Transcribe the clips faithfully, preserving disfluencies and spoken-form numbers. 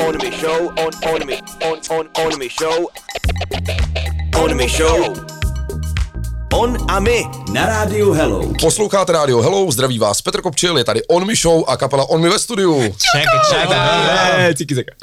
on me show, on on me, on on on me show, on me show. On a my na rádiu Hello. Posloucháte rádio Hello, zdraví vás Petr Kopčil, je tady On Me Show a kapela On Me ve studiu. Ček, ček, cíky zeka.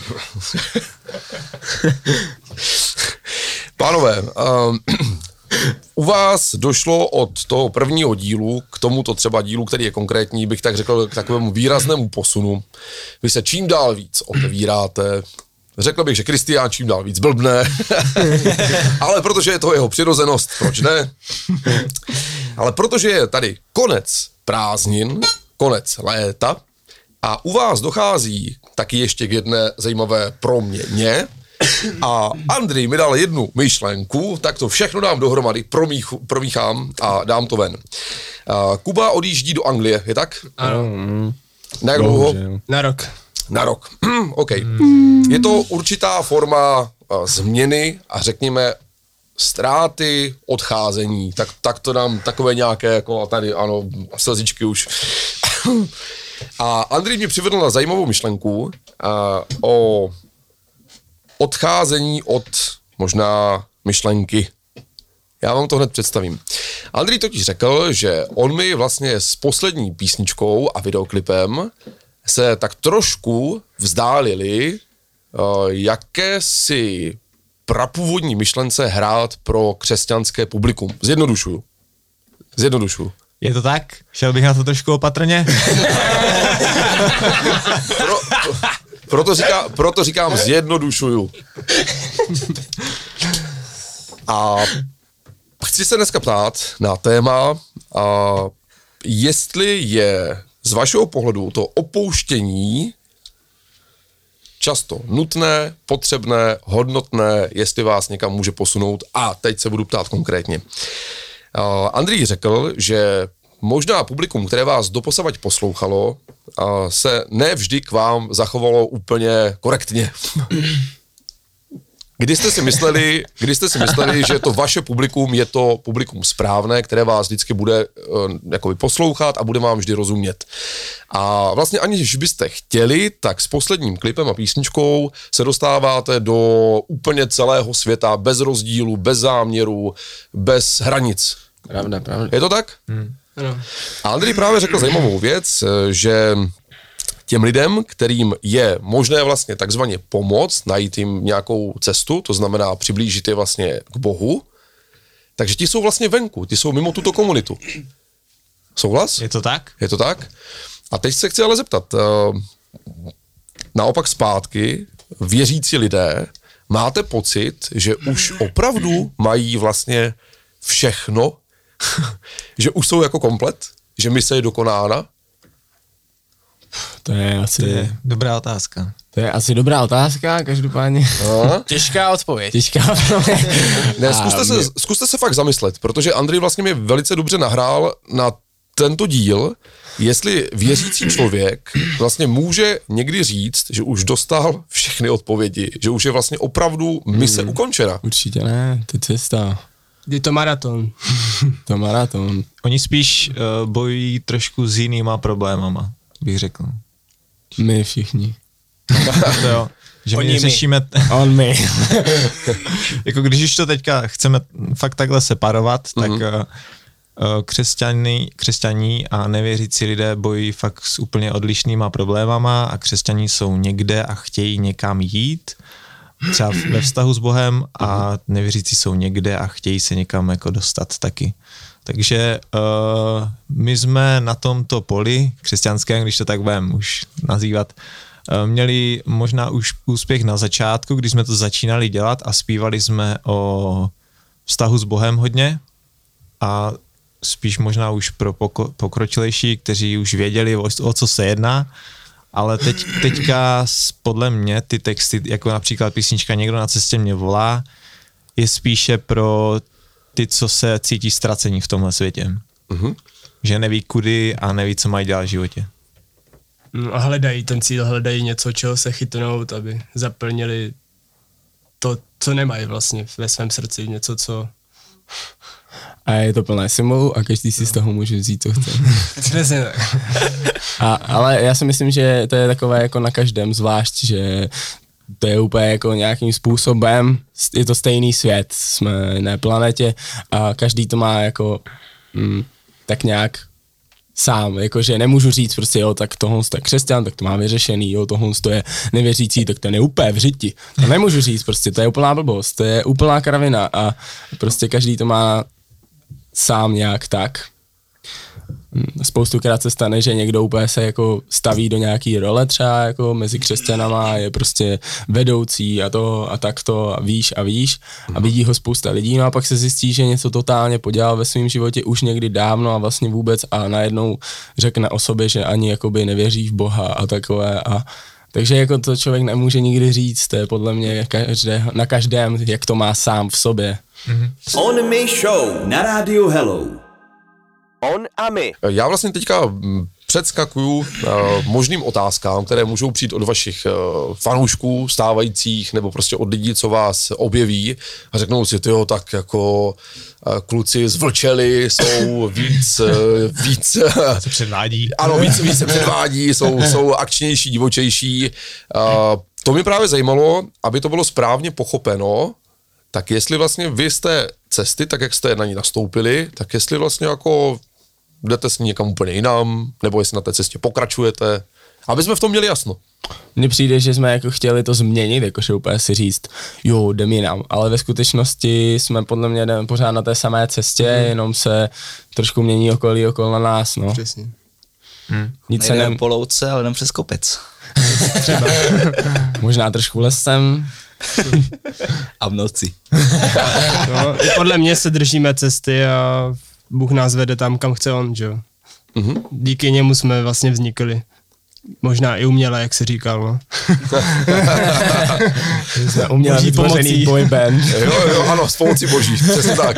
Pánové, um, u vás došlo od toho prvního dílu k tomuto třeba dílu, který je konkrétní, bych tak řekl, k takovému výraznému posunu. Vy se čím dál víc otevíráte. Řekl bych, že Kristián čím dál víc blbne, ale protože je to jeho přirozenost, proč ne? Ale protože je tady konec prázdnin, konec léta a u vás dochází taky ještě k jedné zajímavé proměně a Andrej mi dal jednu myšlenku, tak to všechno dám dohromady, promích, promíchám a dám to ven. Uh, Kuba odjíždí do Anglie, je tak? Ano. Na jak dlouho? Na rok. Na rok. OK. Je to určitá forma uh, změny a řekněme ztráty, odcházení. Tak, tak to dám takové nějaké, jako tady, ano, slzičky už. A Andrej mě přivedl na zajímavou myšlenku uh, o odcházení od možná myšlenky. Já vám to hned představím. Andrej totiž řekl, že on mi vlastně s poslední písničkou a videoklipem se tak trošku vzdálili uh, jakési prapůvodní myšlence hrát pro křesťanské publikum. Zjednodušuju. Zjednodušuju. Je to tak? Šel bych na to trošku opatrně? Pro, proto, říká, proto říkám zjednodušuju. A chci se dneska ptát na téma, a jestli je z vašeho pohledu to opouštění často nutné, potřebné, hodnotné, jestli vás někam může posunout. A teď se budu ptát konkrétně. Uh, Andrej řekl, že možná publikum, které vás doposavať poslouchalo, uh, se nevždy k vám zachovalo úplně korektně. Kdy jste si mysleli, kdy jste si mysleli, že to vaše publikum je to publikum správné, které vás vždycky bude uh, jakoby poslouchat a bude vám vždy rozumět. A vlastně aniž byste chtěli, tak s posledním klipem a písničkou se dostáváte do úplně celého světa, bez rozdílu, bez záměru, bez hranic. Pravda, pravda. Je to tak? Hmm. Ano. A Andrej právě řekl zajímavou věc, že těm lidem, kterým je možné vlastně takzvaně pomoct, najít jim nějakou cestu, to znamená přiblížit je vlastně k Bohu, takže ti jsou vlastně venku, ti jsou mimo tuto komunitu. Souhlas? Je to tak? Je to tak? A teď se chci ale zeptat, naopak zpátky, věřící lidé, máte pocit, že už opravdu mají vlastně všechno, že už jsou jako komplet, že mise je dokonána? To je asi... To je dobrá otázka. To je asi dobrá otázka, každopádně. Aha. Těžká odpověď. Těžká odpověď. Ne, zkuste se, zkuste se fakt zamyslet, protože Andrej vlastně mi velice dobře nahrál na tento díl, jestli věřící člověk vlastně může někdy říct, že už dostal všechny odpovědi, že už je vlastně opravdu mise hmm. ukončena. Určitě ne, to je cesta. Je to maraton. To maraton. Oni spíš uh, bojují trošku s jinýma problémama, bych řekl. My všichni. To jo, že Oni my my. řešíme... On my. Jako když už to teďka chceme fakt takhle separovat, tak Mhm. uh, křesťaní, křesťaní a nevěřící lidé bojují fakt s úplně odlišnýma problémama a křesťaní jsou někde a chtějí někam jít, třeba ve vztahu s Bohem, a nevěřící jsou někde a chtějí se někam jako dostat taky. Takže uh, my jsme na tomto poli křesťanském, když to tak budeme už nazývat, uh, měli možná už úspěch na začátku, když jsme to začínali dělat a zpívali jsme o vztahu s Bohem hodně a spíš možná už pro poko- pokročilejší, kteří už věděli, o, o co se jedná, ale teď, teďka podle mě ty texty, jako například písnička Někdo na cestě mě volá, je spíše pro ty, co se cítí ztracení v tomhle světě. Mhm. Že neví kudy a neví, co mají dělat v životě. A hledají ten cíl, hledají něco, čeho se chytnout, aby zaplnili to, co nemají vlastně ve svém srdci, něco, co... a je to plné symbolů a každý si z toho může vzít, co chce. Přesně tak. A, ale já si myslím, že to je takové jako na každém zvlášť, že to je úplně jako nějakým způsobem, je to stejný svět, jsme na planetě a každý to má jako mm, tak nějak sám, jakože nemůžu říct prostě jo, tak tohle je křesťan, tak to má vyřešený, jo, tohle to je nevěřící, tak to je úplně v řiti. To nemůžu říct prostě, to je úplná blbost, to je úplná kravina a prostě každý to má sám nějak tak. Spoustukrát se stane, že někdo úplně se jako staví do nějaký role třeba jako mezi křesťanama, je prostě vedoucí a to a takto a víš a víš a vidí ho spousta lidí, no a pak se zjistí, že něco totálně podělal ve svém životě už někdy dávno a vlastně vůbec a najednou řekne o sobě, že ani jakoby nevěří v Boha a takové a takže jako to člověk nemůže nikdy říct, to je podle mě každé, na každém, jak to má sám v sobě. Mm-hmm. On My Show na rádiu Hello. On a my. Já vlastně teďka předskakuju uh, možným otázkám, které můžou přijít od vašich uh, fanoušků stávajících nebo prostě od lidí, co vás objeví a řeknou si, tyjo, tak jako uh, kluci zvlčeli, jsou víc, uh, víc uh, se předvádí. Ano, víc, víc se předvádí, jsou, jsou akčnější, divočejší. Uh, to mě právě zajímalo, aby to bylo správně pochopeno, tak jestli vlastně vy jste cesty, tak jak jste na ní nastoupili, tak jestli vlastně jako jdete s ní někam úplně jinam, nebo jestli na té cestě pokračujete, aby jsme v tom měli jasno. Mně přijde, že jsme jako chtěli to změnit, jakože úplně si říct, jo, jdem jinam, ale ve skutečnosti jsme podle mě jdeme pořád na té samé cestě, hmm. jenom se trošku mění okolí okolo nás, no. Přesně. Hmm. Nic se nejdeme nem... po louce, ale jdem přes kopec. Třeba. Možná trošku lesem. A v noci. No, podle mě se držíme cesty a Bůh nás vede tam, kam chce on, že jo. Mm-hmm. Díky němu jsme vlastně vznikli. Možná i uměle, jak se říkal, no. Jsme uměle vytvořený boy band. Jo, jo, ano, s pomocí boží, přesně tak.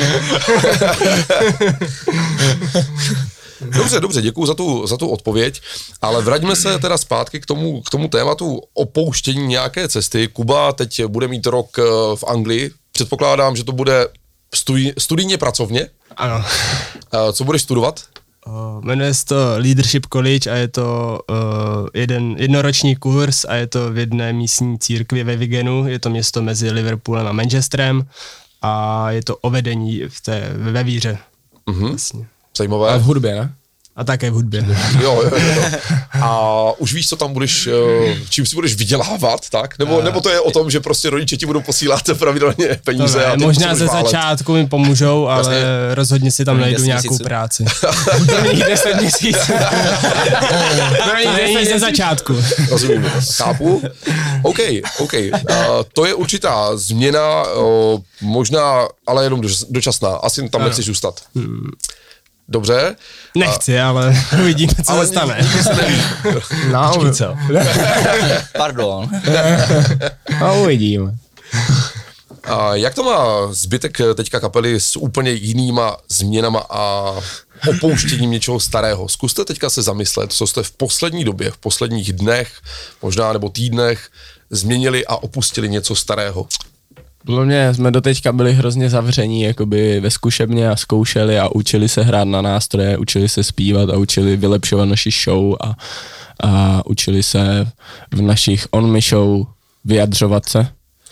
Dobře, dobře, děkuju za tu, za tu odpověď, ale vraťme se teda zpátky k tomu, k tomu tématu opouštění nějaké cesty. Kuba teď bude mít rok v Anglii, předpokládám, že to bude studi- studijně pracovně. Ano. Co budeš studovat? Uh, jmenuje se to Leadership College a je to uh, jeden jednoroční kurz a je to v jedné místní církvi ve Wigenu, je to město mezi Liverpoolem a Manchesterem a je to o vedení v té, ve víře. Mhm. Vlastně. Zajímavé. A v hudbě, ne? A také v hudbě. Jo, jo, jo. A už víš, co tam budeš, čím si budeš vydělávat, tak? Nebo, nebo to je o tom, že prostě rodiče ti budou posílat pravidelně peníze? Ne, a ty možná ze válet. začátku mi pomůžou, ale Jasně. rozhodně si tam První najdu deset nějakou měsíců. práci. Prvních deset měsíců. To není ze začátku. Rozumím, chápu. OK, OK. Uh, to je určitá změna, uh, možná, ale jenom doč- dočasná. Asi tam Ano. nechceš zůstat. Dobře. Nechci, ale uvidíme, co Ale se stane. nikdy se neví. No, Počkej, co? Pardon. no uvidíme. A jak to má zbytek teďka kapely s úplně jinýma změnama a opouštěním něčeho starého? Zkuste teďka se zamyslet, co jste v poslední době, v posledních dnech, možná nebo týdnech změnili a opustili něco starého. Podle mě jsme doteďka byli hrozně zavření jakoby ve zkušebně a zkoušeli a učili se hrát na nástroje, učili se zpívat a učili vylepšovat naši show a, a učili se v našich On My Show vyjadřovat se.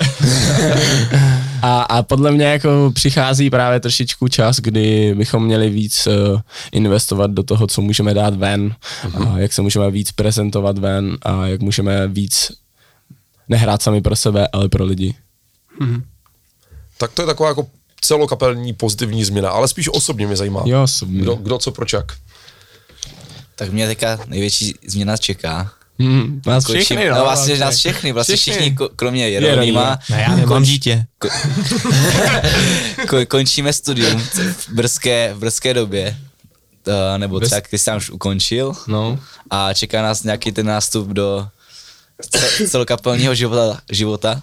a, a podle mě jako přichází právě trošičku čas, kdy bychom měli víc uh, investovat do toho, co můžeme dát ven, uh-huh. a jak se můžeme víc prezentovat ven a jak můžeme víc nehrát sami pro sebe, ale pro lidi. Mhm. Tak to je taková jako celokapelní pozitivní změna, ale spíš osobně mě zajímá. Jo, osobně. Kdo, kdo co proč jak. Tak mě teďka největší změna čeká. Hmm, nás Končím, všechny, no, no. vlastně nás všechny, vlastně Všechny. všichni, ko- kromě Jeronýma. No já nemám dítě. Ko- ko- končíme studium v brzké, v brzké době. Uh, nebo třeba ty jsi tam už ukončil. No. A čeká nás nějaký ten nástup do cel- celokapelního života. života.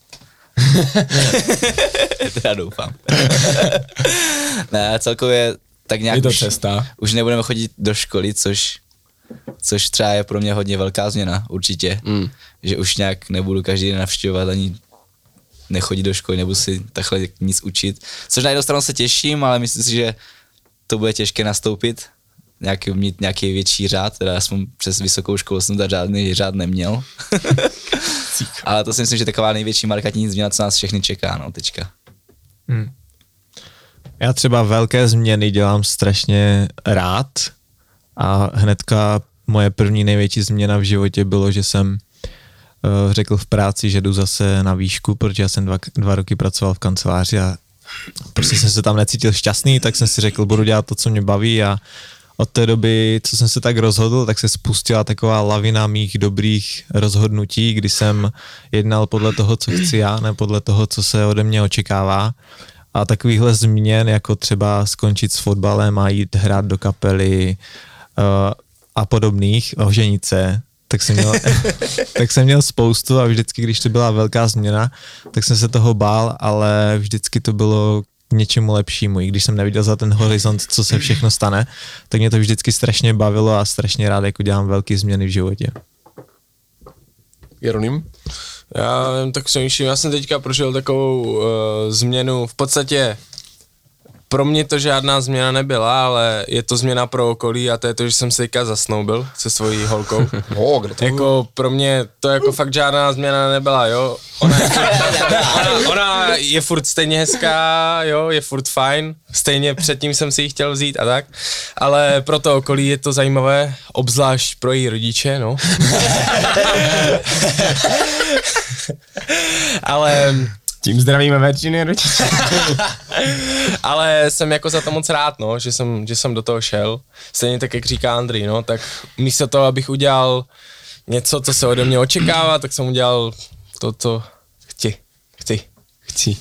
Teda doufám. Ne, celkově tak nějak Je to už, cesta. už nebudeme chodit do školy, což, což třeba je pro mě hodně velká změna, určitě. Mm. Že už nějak nebudu každý den navštěvovat ani nechodit do školy, nebudu si takhle nic učit. Což na jednu stranu se těším, ale myslím si, že to bude těžké nastoupit, nějaký, mít nějaký větší řád, teda aspoň přes vysokou školu jsem tady žádný řád neměl. Ale to si myslím, že taková největší markantní změna, co nás všechny čeká, no, teďka. Hmm. Já třeba velké změny dělám strašně rád a hnedka moje první největší změna v životě bylo, že jsem uh, řekl v práci, že jdu zase na výšku, protože já jsem dva, dva roky pracoval v kanceláři a prostě jsem se tam necítil šťastný, tak jsem si řekl, budu dělat to, co mě baví a od té doby, co jsem se tak rozhodl, tak se spustila taková lavina mých dobrých rozhodnutí, kdy jsem jednal podle toho, co chci já, ne podle toho, co se ode mě očekává. A takovýchhle změn, jako třeba skončit s fotbalem a jít hrát do kapely uh, a podobných, oženit se, tak jsem, měl, tak jsem měl spoustu a vždycky, když to byla velká změna, tak jsem se toho bál, ale vždycky to bylo k něčemu lepšímu. I když jsem neviděl za ten horizont, co se všechno stane, tak mě to vždycky strašně bavilo a strašně rád jako dělám velké změny v životě. Jeroným? Já nevím, tak přemýšlím, já jsem teďka prožil takovou uh, změnu, v podstatě pro mě to žádná změna nebyla, ale je to změna pro okolí a to je to, že jsem se teďka zasnoubil se svojí holkou. Oh, jako pro mě to jako fakt žádná změna nebyla, jo. Ona je, ona, ona je furt stejně hezká, jo, je furt fajn, stejně předtím jsem si ji chtěl vzít a tak, ale pro to okolí je to zajímavé, obzvlášť pro její rodiče, no. Ale tím zdravíme většiny rodiče. Ale jsem jako za to moc rád, no, že jsem, že jsem do toho šel. Stejně tak, jak říká Andrej, no, tak místo toho, abych udělal něco, co se ode mě očekává, tak jsem udělal to, co chci, chci, chci.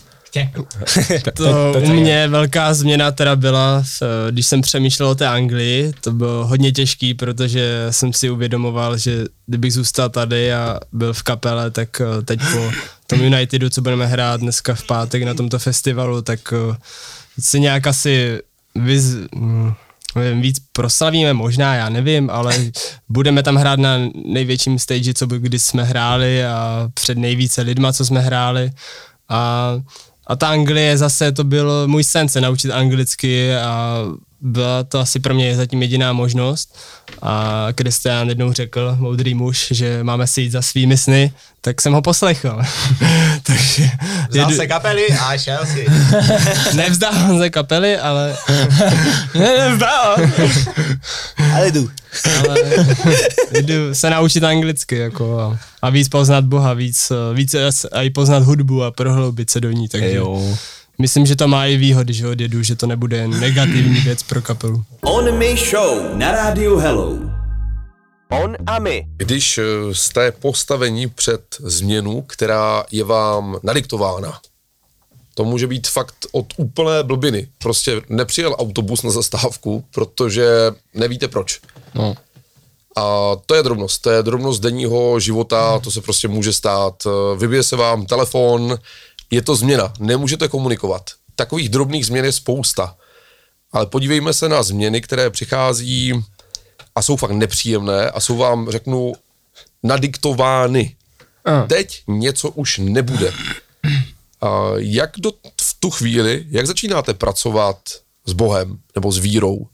To u mě velká změna teda byla, když jsem přemýšlel o té Anglii, to bylo hodně těžký, protože jsem si uvědomoval, že kdybych zůstal tady a byl v kapele, tak teď po tom Unitedu, co budeme hrát dneska v pátek na tomto festivalu, tak se nějak asi vyz, nevím, víc proslavíme, možná, já nevím, ale budeme tam hrát na největším stage, co by kdy jsme hráli a před nejvíce lidma, co jsme hráli a A ta Anglie zase, to byl můj sen se naučit anglicky a byla to asi pro mě zatím jediná možnost. A Kristián jednou řekl, moudrý muž, že máme si jít za svými sny, tak jsem ho poslechl. Takže Vzdal jedu... se kapely a šel si. Nevzdal se kapely, ale... ne, nevzdal. Ale jdu. ale jdu se naučit anglicky jako a, a víc poznat Boha, víc, víc a i poznat hudbu a prohloubit se do ní, takže jo. Myslím, že to má i výhody, že odjedu, že to nebude negativní věc pro kapelu. On My Show na rádiu Hello. On a my. Když jste postavení před změnu, která je vám nadiktována, to může být fakt od úplné blbiny. Prostě nepřijel autobus na zastávku, protože nevíte proč. No. A to je drobnost, to je drobnost denního života, to se prostě může stát. Vybije se vám telefon, je to změna, nemůžete komunikovat. Takových drobných změn je spousta. Ale podívejme se na změny, které přichází a jsou fakt nepříjemné a jsou vám, řeknu, nadiktovány. A. Teď něco už nebude. A jak do, v tu chvíli, jak začínáte pracovat s Bohem nebo s vírou?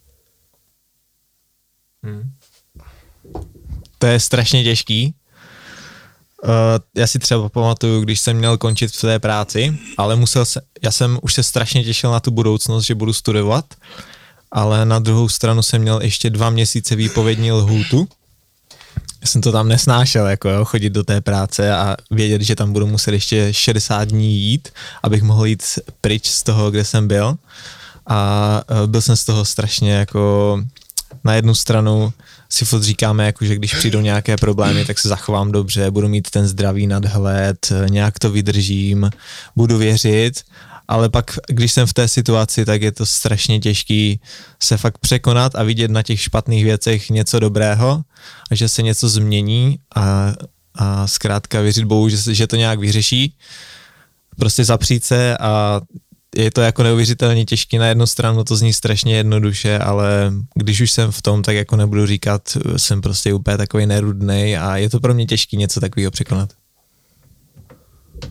Hmm. To je strašně těžký. Uh, já si třeba pamatuju, když jsem měl končit v té práci, ale musel se, já jsem už se strašně těšil na tu budoucnost, že budu studovat, ale na druhou stranu jsem měl ještě dva měsíce výpovědní lhůtu. Já jsem to tam nesnášel, jako jo, chodit do té práce a vědět, že tam budu muset ještě šedesát dní jít, abych mohl jít pryč z toho, kde jsem byl. A uh, byl jsem z toho strašně jako na jednu stranu si furt říkáme, jako, že když přijdou nějaké problémy, tak se zachovám dobře, budu mít ten zdravý nadhled, nějak to vydržím, budu věřit, ale pak, když jsem v té situaci, tak je to strašně těžký se fakt překonat a vidět na těch špatných věcech něco dobrého a že se něco změní a, a zkrátka věřit Bohu, že, že to nějak vyřeší, prostě zapřít se a je to jako neuvěřitelně těžký, na jednu stranu to zní strašně jednoduše, ale když už jsem v tom, tak jako nebudu říkat, jsem prostě úplně takový nerudnej a je to pro mě těžký něco takového překonat.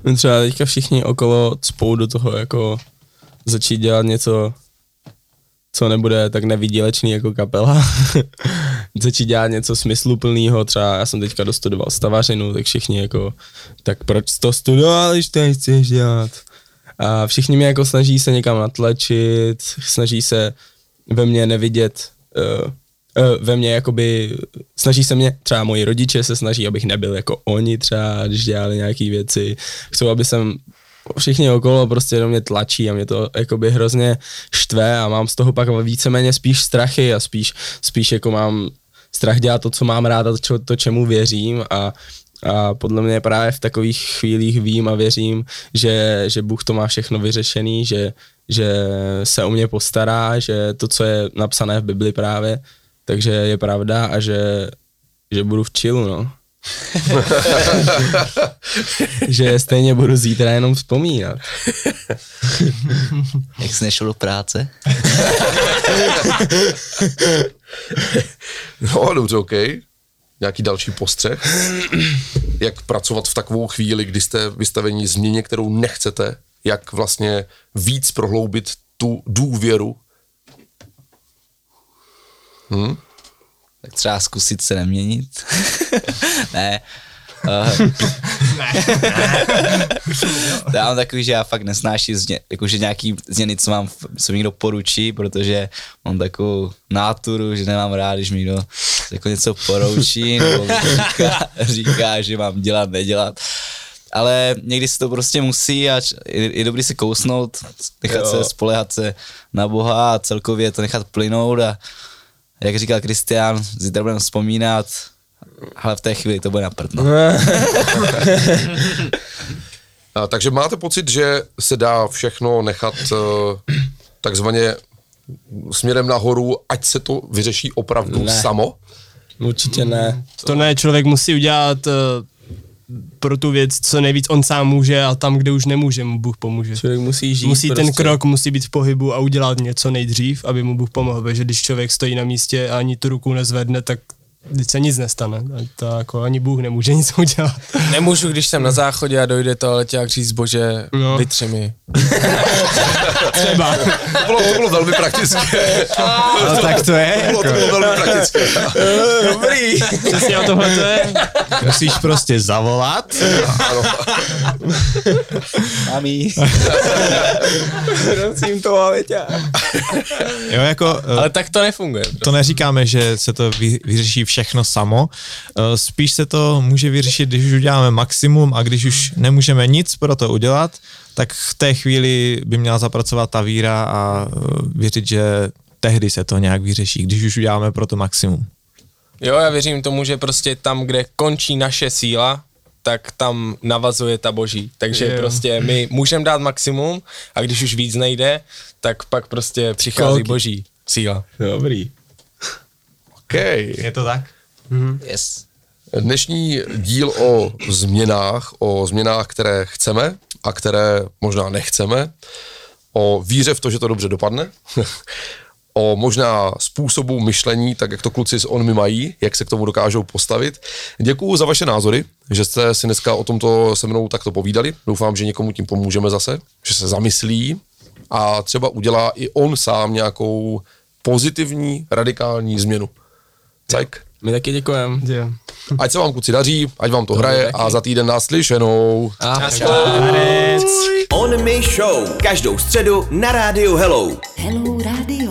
Třeba teďka všichni okolo cpou do toho jako začít dělat něco, co nebude tak nevýdělečný jako kapela. Začít dělat něco smysluplného, třeba já jsem teďka dostudoval stavařinu, tak všichni jako, tak proč to studoval, když to nechceš dělat? A všichni mě jako snaží se někam natlačit, snaží se ve mně nevidět, uh, uh, ve mně jakoby, snaží se mě, třeba moji rodiče se snaží, abych nebyl jako oni třeba, když dělali nějaký věci, chcou, aby jsem, všichni okolo prostě do mě tlačí a mě to jakoby hrozně štve a mám z toho pak víceméně spíš strachy a spíš, spíš jako mám strach dělat to, co mám rád a to, to čemu věřím a A podle mě právě v takových chvílích vím a věřím, že, že Bůh to má všechno vyřešený, že, že se o mě postará, že to, co je napsané v Bibli právě, takže je pravda a že, že budu v chillu, no. Že stejně budu zítra jenom vzpomínat. Jak jsi nešel do práce? No, dobře, okej. Okay. Nějaký další postřeh? Jak pracovat v takovou chvíli, kdy jste vystavení změně, kterou nechcete? Jak vlastně víc prohloubit tu důvěru? Hm? Tak třeba zkusit se neměnit. Ne. Uh, ne. Já mám takový, že já fakt nesnáším změ, jakože nějaký změny, co mám, co mi někdo poručí, protože mám takovou náturu, že nemám rád, když mi někdo jako něco poroučí, nebo říká, říká, že mám dělat, nedělat. Ale někdy se to prostě musí a je, je dobrý se kousnout, nechat jo. se, spolehat se na Boha a celkově to nechat plynout a jak říkal Kristián, zítra budeme vzpomínat, ale v té chvíli to bude na prd, no. A, takže máte pocit, že se dá všechno nechat uh, takzvaně směrem nahoru, ať se to vyřeší opravdu ne. samo? Určitě ne. To ne, člověk musí udělat uh, pro tu věc, co nejvíc on sám může a tam, kde už nemůže, mu Bůh pomůže. Člověk musí žít Musí prostě. ten krok, musí být v pohybu a udělat něco nejdřív, aby mu Bůh pomohl, protože když člověk stojí na místě a ani tu ruku nezvedne, tak když se nic nestane, to jako ani Bůh nemůže nic udělat. Nemůžu, když jsem na záchodě a dojde toaleťák říct, bože, no. vytři mi. Třeba. To bylo, to bylo velmi praktické. No, tak to je. To bylo, to bylo velmi praktické. Dobrý. Přesně o tohle to je. Musíš prostě zavolat. Ano. Mami. Prosím to, aleťák. Jo, jako... Ale tak to nefunguje. To neříkáme, že se to vy, vyřeší všechno samo. Spíš se to může vyřešit, když už uděláme maximum a když už nemůžeme nic pro to udělat, tak v té chvíli by měla zapracovat ta víra a věřit, že tehdy se to nějak vyřeší, když už uděláme pro to maximum. Jo, já věřím tomu, že prostě tam, kde končí naše síla, tak tam navazuje ta boží. Takže jo. prostě my můžeme dát maximum a když už víc nejde, tak pak prostě přichází Kolky. boží síla. Dobrý. Okay. Je to tak? Yes. Dnešní díl o změnách, o změnách, které chceme a které možná nechceme, o víře v to, že to dobře dopadne, o možná způsobu myšlení, tak jak to kluci z Onmy mají, jak se k tomu dokážou postavit. Děkuju za vaše názory, že jste si dneska o tomto se mnou takto povídali. Doufám, že někomu tím pomůžeme zase, že se zamyslí a třeba udělá i on sám nějakou pozitivní, radikální změnu. Cajk. My taky děkujeme. Jo. Ať se vám kluci daří, ať vám to hraje a za týden nás slyšenou. On My Show. Každou středu na rádiu Hello. Hello Radio.